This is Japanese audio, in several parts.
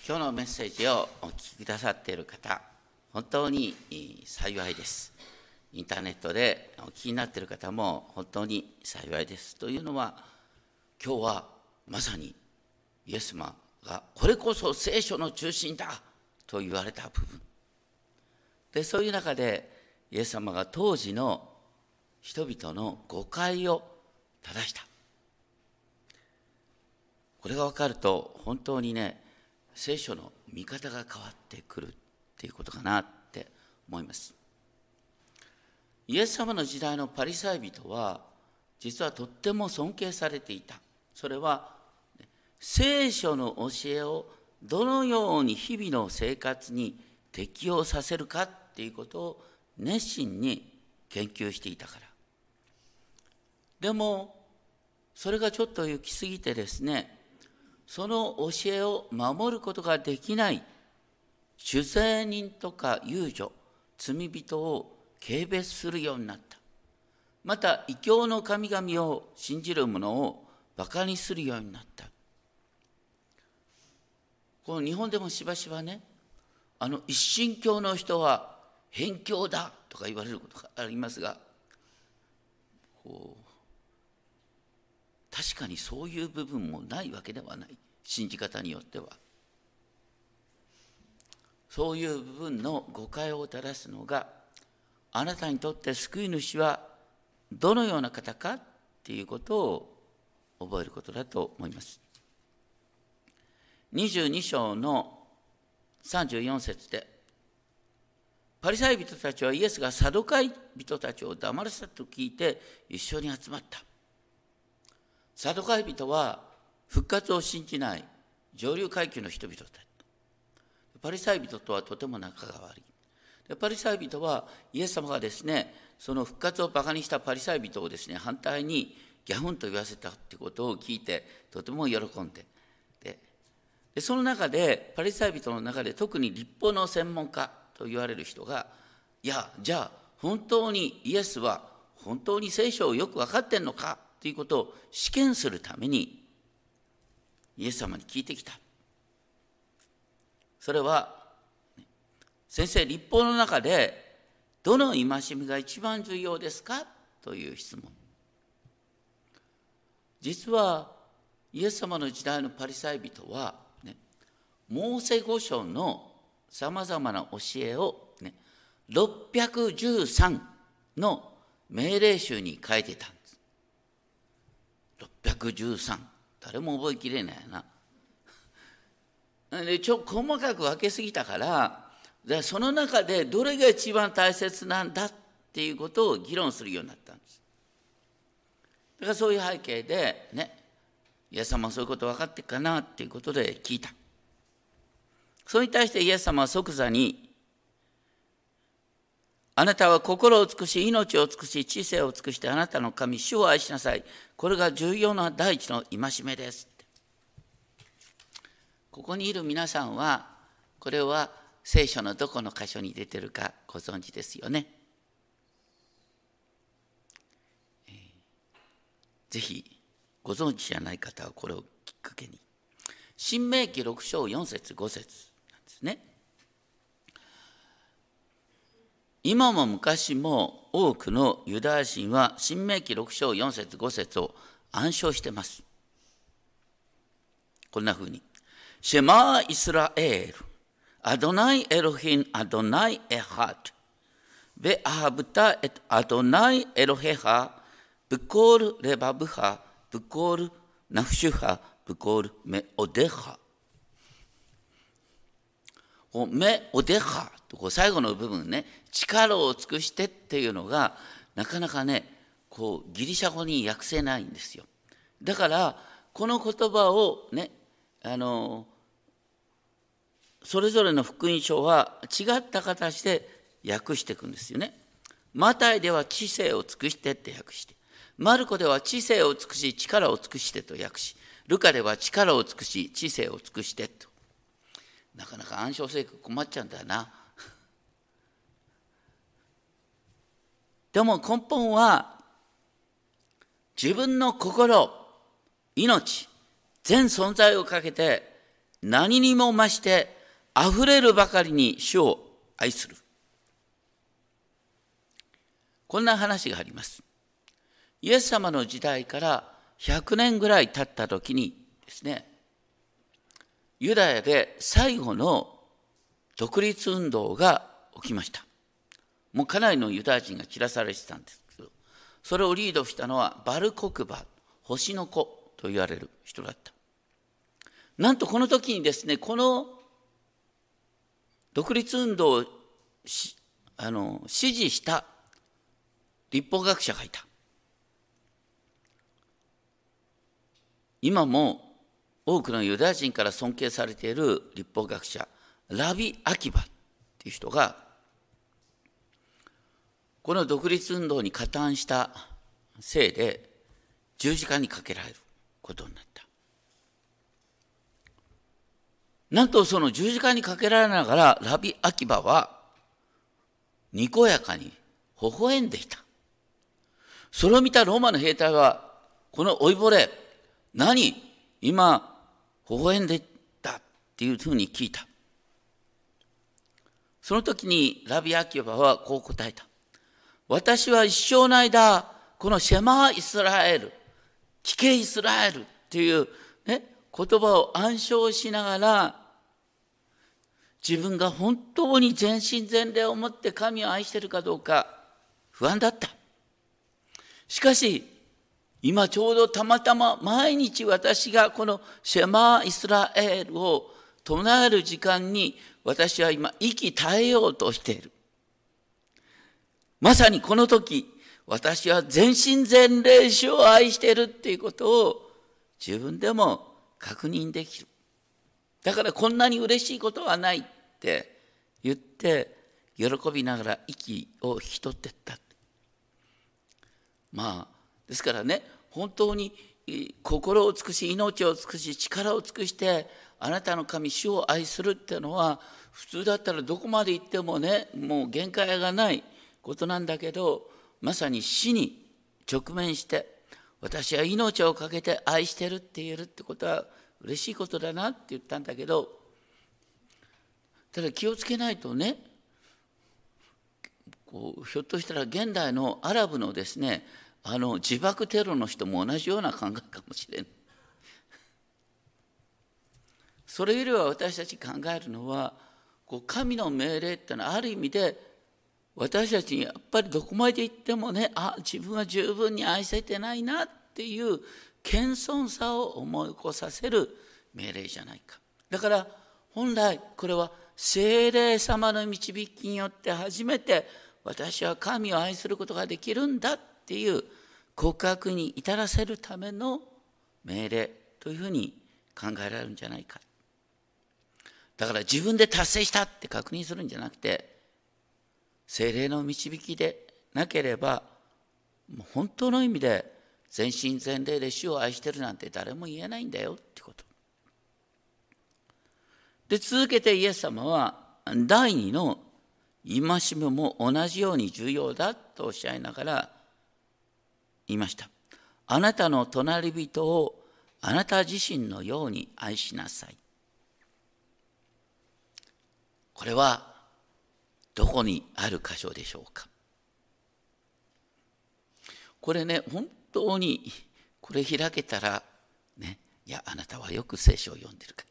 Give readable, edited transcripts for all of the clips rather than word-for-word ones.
今日のメッセージをお聞きくださっている方、本当に幸いです。インターネットでお聞きになっている方も本当に幸いです。というのは、今日はまさにイエス様がこれこそ聖書の中心だと言われた部分で、そういう中でイエス様が当時の人々の誤解を正した。これが分かると本当にね、聖書の見方が変わってくるっていうことかなって思います。イエス様の時代のパリサイ人は実はとっても尊敬されていた。それは聖書の教えをどのように日々の生活に適用させるかっていうことを熱心に研究していたから。でもそれがちょっと行き過ぎてですね、その教えを守ることができない酒税人とか遊女、罪人を軽蔑するようになった。また異教の神々を信じる者をバカにするようになった。この日本でもしばしばね、一神教の人は偏教だとか言われることがありますが、確かにそういう部分もないわけではない。信じ方によっては。そういう部分の誤解を正すのが、あなたにとって救い主はどのような方かっていうことを覚えることだと思います。22章の34節で、パリサイ人たちはイエスがサドカイ人たちを黙らせたと聞いて一緒に集まった。サドカイ人は復活を信じない上流階級の人々だった。パリサイ人とはとても仲が悪い。パリサイ人はイエス様がですね、その復活をバカにしたパリサイ人をですね、反対にギャフンと言わせたってことを聞いてとても喜んで、でその中でパリサイ人の中で特に律法の専門家と言われる人が、いやじゃあ本当にイエスは本当に聖書をよく分かってんのかということを試験するためにイエス様に聞いてきた。それは、先生、律法の中でどの戒めが一番重要ですかという質問。実はイエス様の時代のパリサイ人は、モーセ五書のさまざまな教えを、613の命令集に書いてたんです。613。誰も覚えきれないな。で細かく分けすぎたから、その中でどれが一番大切なんだっていうことを議論するようになったんです。だからそういう背景でね、イエス様はそういうこと分かってるかなっていうことで聞いた。それに対してイエス様は即座に、あなたは心を尽くし、命を尽くし、知性を尽くしてあなたの神、主を愛しなさい。これが重要な第一の戒めです。ここにいる皆さんは、これは聖書のどこの箇所に出てるかご存知ですよね。ぜひご存知じゃない方はこれをきっかけに。申命記6章4節5節なんですね。今も昔も多くのユダヤ人は申命記6章4節5節を暗唱しています。こんなふうに。シェマーイスラエル、アドナイエロヒン、アドナイエハト、ベアハブタエトアドナイエロヘハ、ブコールレバブハ、ブコールナフシュハ、ブコールメオデハ。メオデハと最後の部分ね、力を尽くしてっていうのがなかなかね、ギリシャ語に訳せないんですよ。だからこの言葉をね、それぞれの福音書は違った形で訳していくんですよね。マタイでは知性を尽くしてって訳して、マルコでは知性を尽くし力を尽くしてと訳し、ルカでは力を尽くし知性を尽くしてと。なかなか暗唱聖句困っちゃうんだよな。でも根本は自分の心、命、全存在をかけて何にも増してあふれるばかりに主を愛する。こんな話があります。イエス様の時代から100年ぐらい経った時にですね、ユダヤで最後の独立運動が起きました。もうかなりのユダヤ人が散らされてたんですけど、それをリードしたのはバルコクバ、星の子と言われる人だった。なんとこの時にですね、この独立運動を支持した律法学者がいた。今も多くのユダヤ人から尊敬されている律法学者、ラビ・アキバという人が、この独立運動に加担したせいで十字架にかけられることになった。なんとその十字架にかけられながらラビ・アキバはにこやかに微笑んでいた。それを見たローマの兵隊は、この老いぼれ、何今微笑んでいたっていうふうに聞いた。その時にラビ・アキバはこう答えた。私は一生の間、このシェマーイスラエル、聞けイスラエルっていう、言葉を暗唱しながら、自分が本当に全身全霊を持って神を愛しているかどうか不安だった。しかし、今ちょうどたまたま毎日私がこのシェマーイスラエルを唱える時間に私は今息絶えようとしている。まさにこの時、私は全身全霊主を愛しているっていうことを自分でも確認できる。だからこんなに嬉しいことはないって言って喜びながら息を引き取っていった。ですからね、本当に心を尽くし、命を尽くし、力を尽くしてあなたの神主を愛するっていうのは、普通だったらどこまで行ってもね、もう限界がないことなんだけど、まさに死に直面して私は命を懸けて愛してるって言えるってことは嬉しいことだなって言ったんだけど、ただ気をつけないとね、ひょっとしたら現代のアラブのですね、自爆テロの人も同じような考えかもしれない。それよりは私たち考えるのは、神の命令ってのはある意味で私たちにやっぱりどこまで行ってもね、自分は十分に愛せてないなっていう謙遜さを思い起こさせる命令じゃないか。だから本来これは聖霊様の導きによって初めて私は神を愛することができるんだっていう告白に至らせるための命令というふうに考えられるんじゃないか。だから自分で達成したって確認するんじゃなくて、聖霊の導きでなければ、もう本当の意味で全身全霊で主を愛してるなんて誰も言えないんだよってこと。で、続けてイエス様は第二の戒めも同じように重要だとおっしゃいながら言いました。あなたの隣人をあなた自身のように愛しなさい。これはどこにある箇所でしょうか。これね、本当にこれ開けたらね、あなたはよく聖書を読んでる方。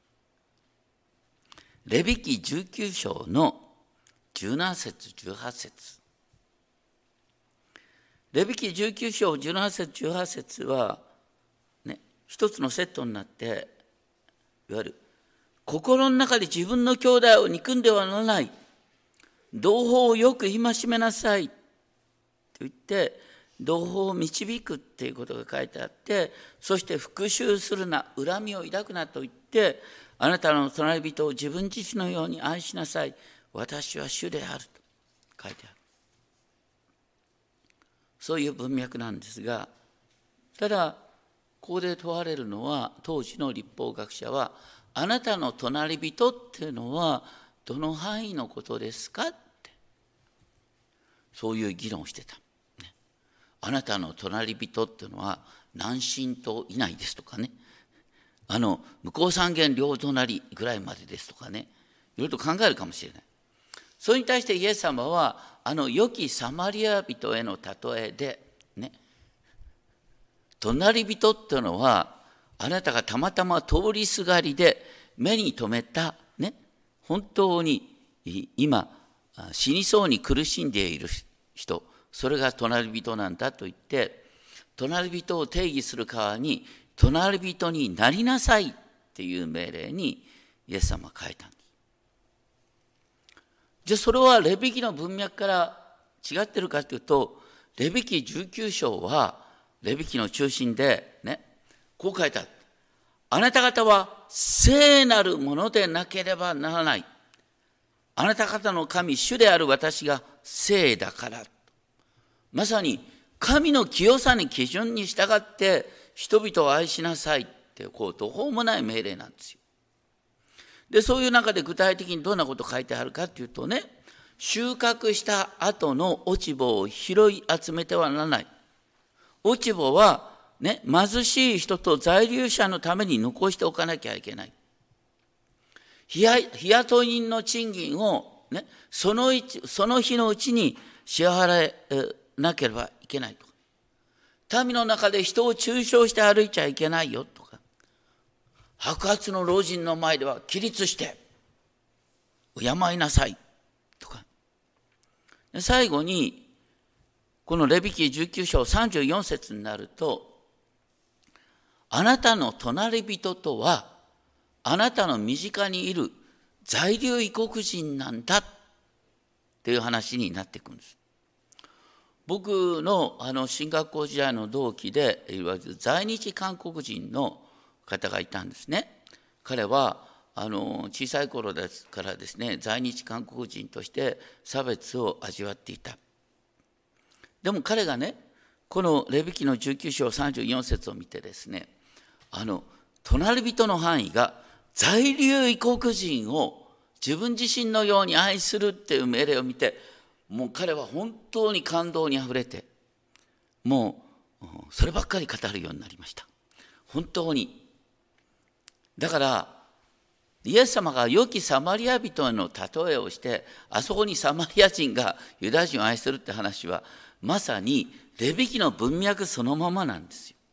レビ記19章の17節18節。レビ記19章17節18節はね、一つのセットになって、いわゆる心の中で自分の兄弟を憎んではならない。同胞をよく戒めなさいと言って同胞を導くっていうことが書いてあって、そして復讐するな、恨みを抱くなと言って、あなたの隣人を自分自身のように愛しなさい。私は主であると書いてある。そういう文脈なんですが、ただここで問われるのは、当時の律法学者はあなたの隣人っていうのはどの範囲のことですかって、そういう議論をしてた。あなたの隣人っていうのは何親等以内ですとかね、 向こう三軒両隣ぐらいまでですとかね、いろいろと考えるかもしれない。それに対してイエス様は良きサマリア人への例えでね、隣人っていうのはあなたがたまたま通りすがりで目に留めたね、本当に今死にそうに苦しんでいる人、それが隣人なんだと言って、隣人を定義する代わりに隣人になりなさいっていう命令にイエス様は変えたんです。じゃあそれはレビ記の文脈から違ってるかというと、レビ記19章はレビ記の中心でね、こう書いてある。あなた方は聖なるものでなければならない。あなた方の神、主である私が聖だから。まさに神の清さに基準に従って人々を愛しなさいって途方もない命令なんですよ。で、そういう中で具体的にどんなこと書いてあるかっていうとね、収穫した後の落ち穂を拾い集めてはならない。落ち穂はね、貧しい人と在留者のために残しておかなきゃいけない。日雇い人の賃金を、ね、その日のうちに支払えなければいけないとか、民の中で人を中傷して歩いちゃいけないよとか、白髪の老人の前では起立して敬いなさいとか。最後にこのレビ記19章34節になると、あなたの隣人とはあなたの身近にいる在留異国人なんだっていう話になっていくんです。僕の進学校時代の同期でいわゆる在日韓国人の方がいたんですね。彼は小さい頃ですからですね、在日韓国人として差別を味わっていた。でも彼がね、このレビ記の19章34節を見てですね、隣人の範囲が在留異国人を自分自身のように愛するっていう命令を見て、もう彼は本当に感動にあふれて、もうそればっかり語るようになりました。本当に。だからイエス様が良きサマリア人への例えをして、あそこにサマリア人がユダヤ人を愛するって話はまさにレビ記の文脈そのままなんですよ。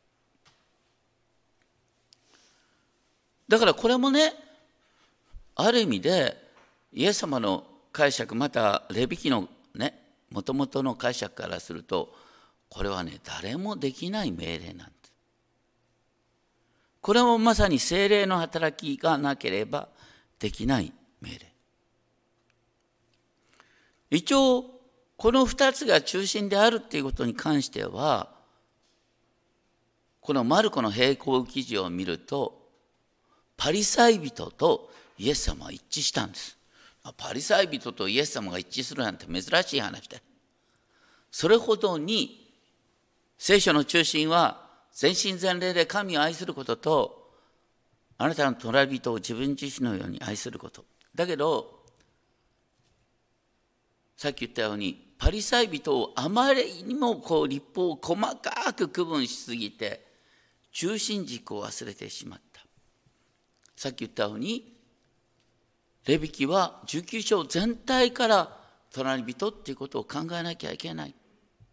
だからこれもね、ある意味でイエス様の解釈、またレビ記のね、もともとの解釈からすると、これはね、誰もできない命令なんです。これもまさに聖霊の働きがなければできない命令。一応この2つが中心であるっていうことに関しては、このマルコの並行記事を見ると、パリサイ人とイエス様は一致したんです。パリサイ人とイエス様が一致するなんて珍しい話で、それほどに聖書の中心は全身全霊で神を愛することと、あなたの隣人を自分自身のように愛すること。だけどさっき言ったように、パリサイ人をあまりにも律法を細かく区分しすぎて中心軸を忘れてしまった。さっき言ったように、レビ記は19章全体から隣人っていうことを考えなきゃいけない。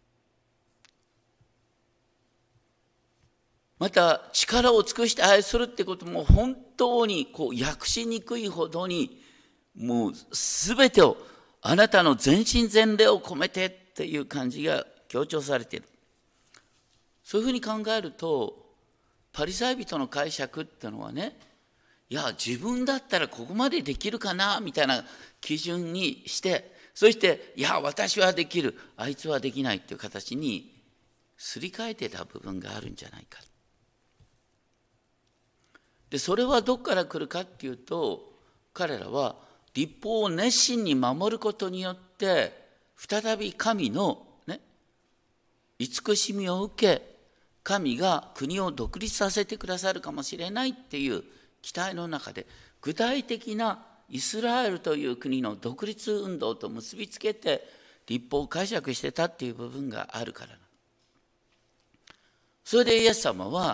また力を尽くして愛するってことも本当に訳しにくいほどに、もう全てをあなたの全身全霊を込めてっていう感じが強調されている。そういうふうに考えると、パリサイ人の解釈っていうのはね、いや自分だったらここまでできるかなみたいな基準にして、そしていや私はできる、あいつはできないっていう形にすり替えてた部分があるんじゃないか。でそれはどこから来るかっていうと、彼らは律法を熱心に守ることによって再び神のね、慈しみを受け、神が国を独立させてくださるかもしれないっていう期待の中で、具体的なイスラエルという国の独立運動と結びつけて律法を解釈してたっていう部分があるからな。それでイエス様は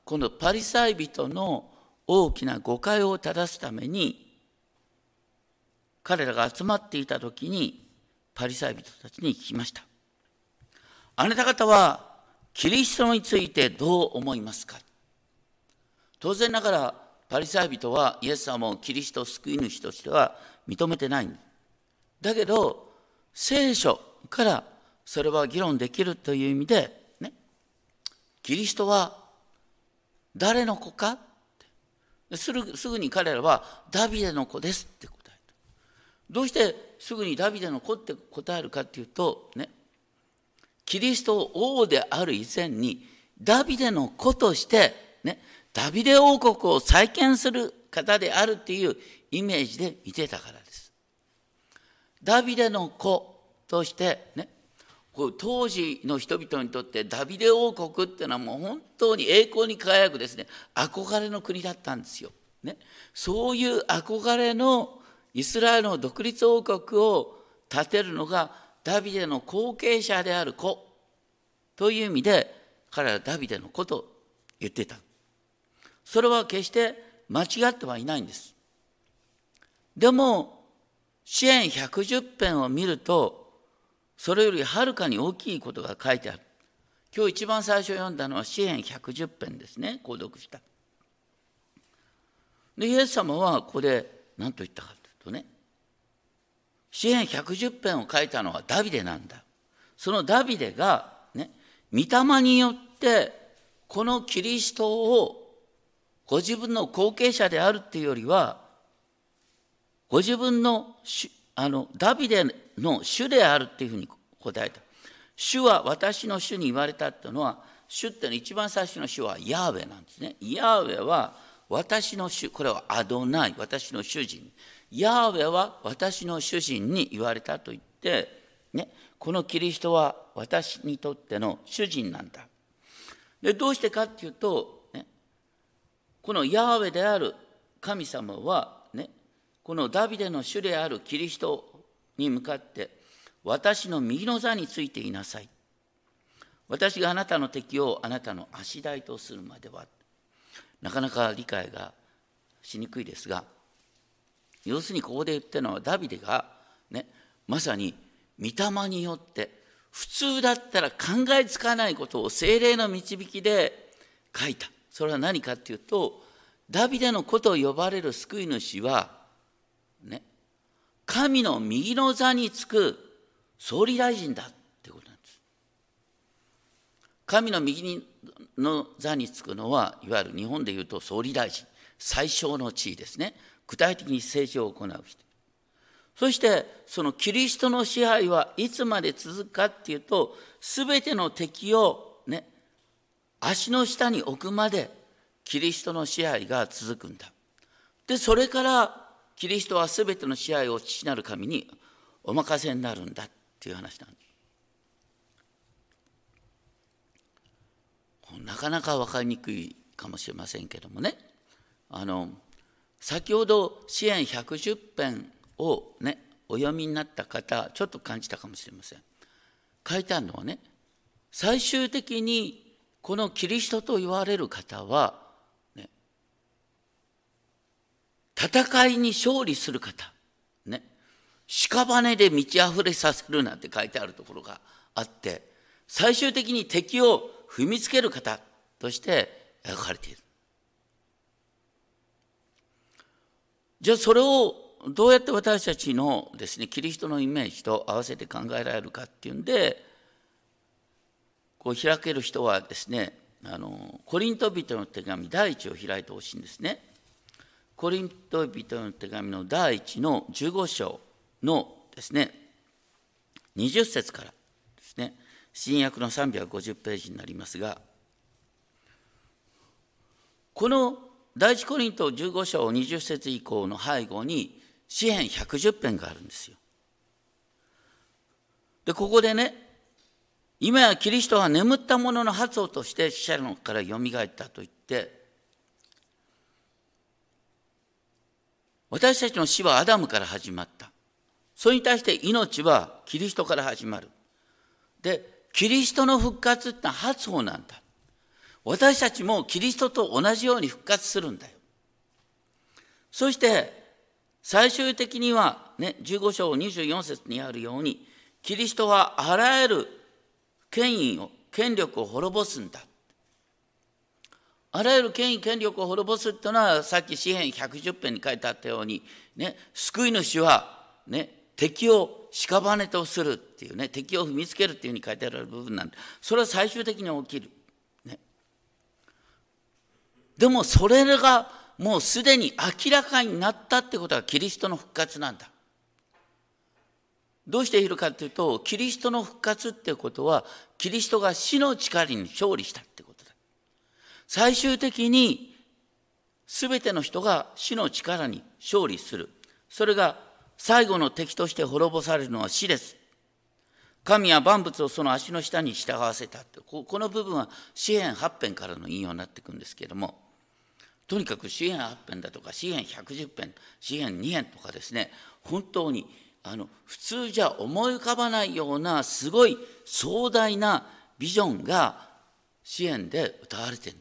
このパリサイ人の大きな誤解を正すために、彼らが集まっていたときに、パリサイ人たちに聞きました。あなた方はキリストについてどう思いますか？当然ながらパリサイ人はイエス様をキリスト救い主としては認めてない。だけど聖書からそれは議論できるという意味で、ね、キリストは誰の子か？すぐに彼らはダビデの子ですって答えた。どうしてすぐにダビデの子って答えるかっていうとね、キリスト王である以前にダビデの子としてね、ダビデ王国を再建する方であるっていうイメージで見てたからです。ダビデの子としてね、当時の人々にとってダビデ王国っていうのはもう本当に栄光に輝くですね、憧れの国だったんですよ。ね、そういう憧れのイスラエルの独立王国を建てるのがダビデの後継者である子という意味で彼らはダビデの子と言っていた。それは決して間違ってはいないんです。でも詩編110編を見るとそれよりはるかに大きいことが書いてある。今日一番最初読んだのは詩編110編ですね。購読した。でイエス様はここで何と言ったかというとね、詩編110編を書いたのはダビデなんだ。そのダビデがね、御霊によってこのキリストをご自分の後継者であるっていうよりは、ご自分のダビデの主であるっていうふうに答えた。主は私の主に言われたっていうのは、主っての一番最初の主はヤーウェなんですね。ヤーウェは私の主、これはアドナイ、私の主人。ヤーウェは私の主人に言われたと言って、ね、このキリストは私にとっての主人なんだ。でどうしてかっていうと、ね、このヤーウェである神様は、ね、このダビデの主であるキリストに向かって、私の右の座についていなさい。私があなたの敵をあなたの足台とするまでは。なかなか理解がしにくいですが、要するにここで言ってるのはダビデが、ね、まさに御霊によって普通だったら考えつかないことを聖霊の導きで書いた。それは何かっていうと、ダビデの子と呼ばれる救い主は、ね、神の右の座につく総理大臣だってことなんです。神の右の座につくのはいわゆる日本でいうと総理大臣、最小の地位ですね。具体的に政治を行う人。そしてそのキリストの支配はいつまで続くかっていうと、すべての敵をね、足の下に置くまでキリストの支配が続くんだ。でそれからキリストはすべての支配を父なる神にお任せになるんだっていう話なんです。なかなか分かりにくいかもしれませんけどもね、先ほど詩編110編をねお読みになった方、ちょっと感じたかもしれません。書いてあるのはね、最終的にこのキリストと言われる方は、ね、戦いに勝利する方、ね、屍で満ち溢れさせるなんて書いてあるところがあって、最終的に敵を踏みつける方として描かれている。じゃあそれをどうやって私たちのですね、キリストのイメージと合わせて考えられるかっていうんで、こう開ける人はですね、コリント人の手紙第1を開いてほしいんですね。コリント人の手紙の第1の15章のですね、20節からですね、新約の350ページになりますが、この第一コリント15章20節以降の背後に詩編110編があるんですよ。でここでね、今やキリストは眠った者の発音として死者のからよみがえったと言って、私たちの死はアダムから始まった。それに対して命はキリストから始まる。でキリストの復活ってのは発音なんだ。 私たちもキリストと同じように復活するんだよ。そして最終的にはね、15章24節にあるように、キリストはあらゆる権力を滅ぼすんだ。あらゆる権威権力を滅ぼすというのは、さっき詩編110編に書いてあったように、ね、救い主は、ね、敵を屍とするっていうね、敵を踏みつけるっていうふうに書いてある部分なんで、それは最終的に起きる。ね、でもそれがもうすでに明らかになったってことはキリストの復活なんだ。どうしているかというと、キリストの復活っていうことは、キリストが死の力に勝利したってことだ。最終的に全ての人が死の力に勝利する。それが最後の敵として滅ぼされるのは死です。神は万物をその足の下に従わせた。この部分は詩編8編からの引用になっていくんですけれども、とにかく詩編8編だとか詩編110編、詩編2編とかですね、本当に普通じゃ思い浮かばないようなすごい壮大なビジョンが詩編で歌われているんです。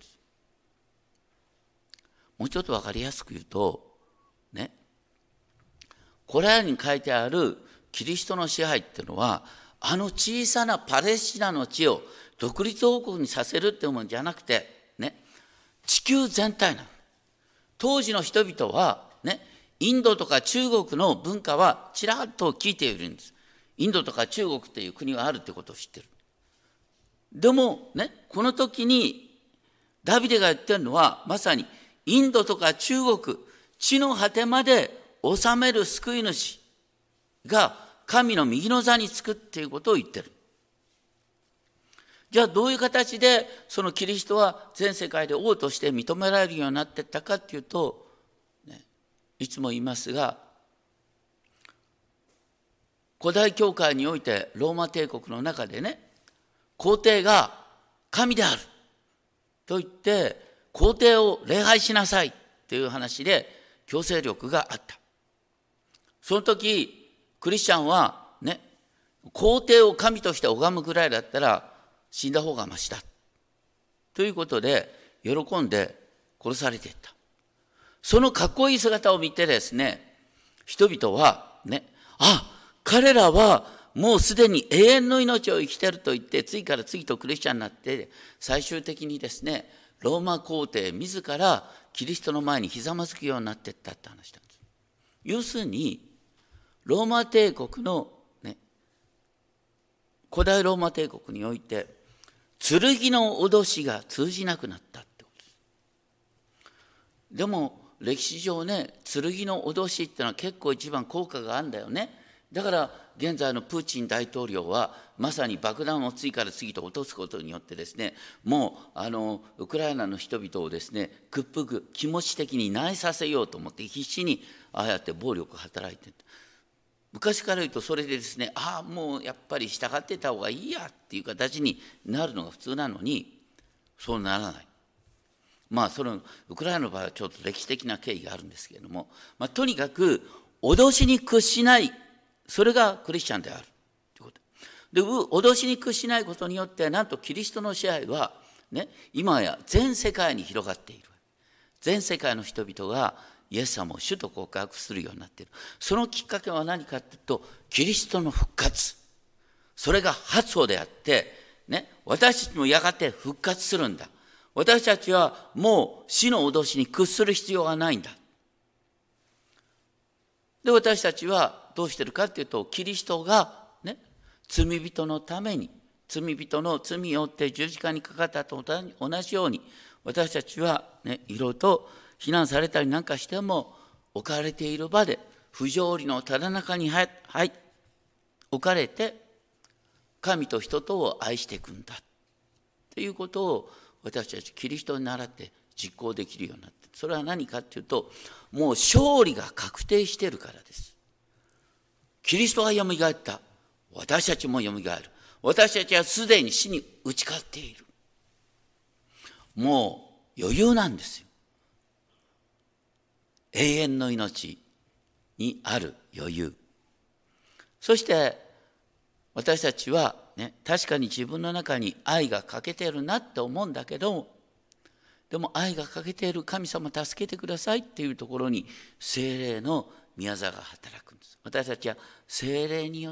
もうちょっと分かりやすく言うとね、これらに書いてあるキリストの支配っていうのは、小さなパレスチナの地を独立王国にさせるっていうものじゃなくてね、地球全体なの。当時の人々はね、インドとか中国の文化はちらっと聞いているんです。インドとか中国っていう国があるってことを知ってる。でもね、この時にダビデが言ってるのは、まさにインドとか中国、地の果てまで治める救い主が神の右の座につくっていうことを言ってる。じゃあどういう形でそのキリストは全世界で王として認められるようになっていったかっていうと、ね、いつも言いますが、古代教会においてローマ帝国の中でね、皇帝が神であると言って皇帝を礼拝しなさいという話で強制力があった。その時クリスチャンはね、皇帝を神として拝むぐらいだったら死んだ方がましだということで喜んで殺されていった。そのかっこいい姿を見てですね、人々はね、彼らはもうすでに永遠の命を生きていると言って、次から次とクリスチャンになって、最終的にですね、ローマ皇帝自らキリストの前にひざまずくようになっていったって話なんです。要するにローマ帝国のね、古代ローマ帝国において剣の脅しが通じなくなったってことです。でも歴史上ね、剣の脅しっていうのは結構一番効果があるんだよね。だから現在のプーチン大統領はまさに爆弾を次から次と落とすことによってですね、もうウクライナの人々をですね、屈服、気持ち的に萎えさせようと思って必死にああやって暴力を働いている。昔から言うとそれでですね、もうやっぱり従ってた方がいいやっていう形になるのが普通なのに、そうならない。そのウクライナの場合はちょっと歴史的な経緯があるんですけれども、とにかく脅しに屈しない、それがクリスチャンであるということで、脅しに屈しないことによって、なんとキリストの支配はね、今や全世界に広がっている。全世界の人々がイエス様を主と告白するようになっている。そのきっかけは何かというと、キリストの復活。それが発歩であって、ね、私たちもやがて復活するんだ。私たちはもう死の脅しに屈する必要はないんだ。で、私たちはどうしてるかというと、キリストが、ね、罪人のために、罪人の罪を負って十字架にかかったと同じように、私たちは、ね、いろいろと非難されたりなんかしても、置かれている場で不条理のただ中に置かれて、神と人とを愛していくんだということを私たちキリストに倣って実行できるようになって、それは何かというと、もう勝利が確定しているからです。キリストがよみがえった。私たちもよみがえる。私たちはすでに死に打ち勝っている。もう余裕なんですよ。永遠の命にある余裕。そして私たちはね、確かに自分の中に愛が欠けてるなって思うんだけど、 でも愛が欠けている、神様助けてくださいっていうところに聖霊の御業が働くんです。私たちは聖霊によって、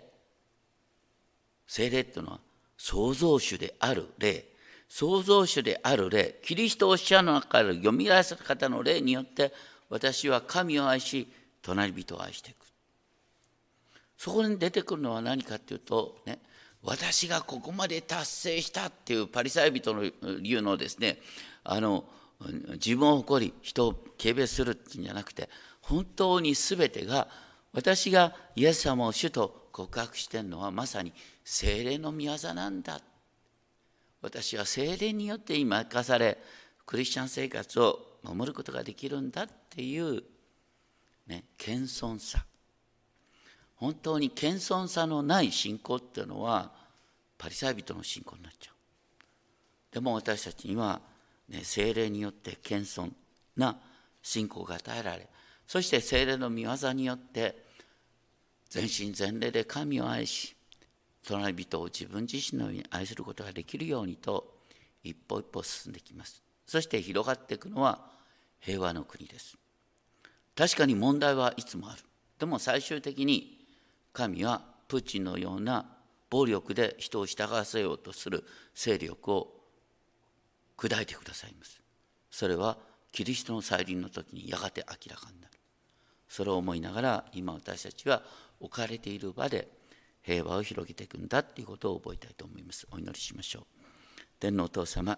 聖霊っていうのは創造主である霊、創造主である霊、キリストを死者の中からよみがえらせた方の霊によって、私は神を愛し、隣人を愛していく。そこに出てくるのは何かっていうとね、私がここまで達成したっていうパリサイ人の言うのをですね、自分を誇り人を軽蔑するっていうんじゃなくて、本当に全てが、私がイエス様を主と告白しているのはまさに聖霊の御業なんだ。私は聖霊によって今生かされ、クリスチャン生活を守ることができるんだっていう、ね、謙遜さ。本当に謙遜さのない信仰っていうのはパリサイ人の信仰になっちゃう。でも私たちには、ね、聖霊によって謙遜な信仰が与えられ、そして聖霊の御業によって全身全霊で神を愛し、隣人を自分自身のように愛することができるようにと一歩一歩進んできます。そして広がっていくのは平和の国です。確かに問題はいつもある。でも最終的に神はプーチンのような暴力で人を従わせようとする勢力を砕いてくださいます。それはキリストの再臨の時にやがて明らかになる。それを思いながら今私たちは置かれている場で平和を広げていくんだということを覚えたいと思います。お祈りしましょう。天のお父様、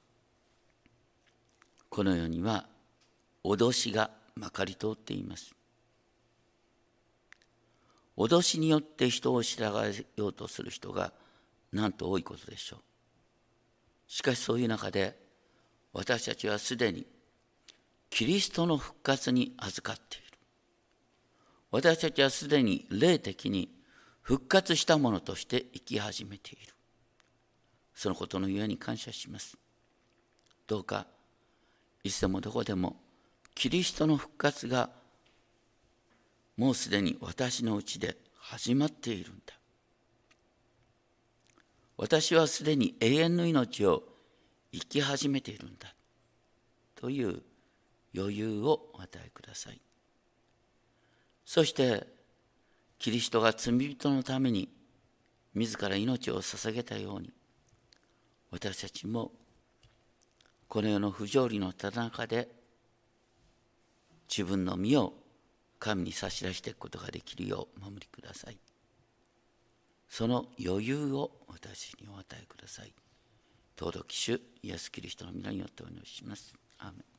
この世には脅しがまかり通っています。脅しによって人を従えようとする人がなんと多いことでしょう。しかしそういう中で私たちはすでにキリストの復活に預かっている。私たちはすでに霊的に復活したものとして生き始めている。そのことのゆえに感謝します。どうかいつでもどこでもキリストの復活がもうすでに私のうちで始まっているんだ。私はすでに永遠の命を生き始めているんだ。という余裕をお与えください。そしてキリストが罪人のために自ら命を捧げたように、私たちもこの世の不条理のただ中で自分の身を神に差し出していくことができるようお守りください。その余裕を私にお与えください。尊き主イエスキリストの皆によってお祈りします。アーメン。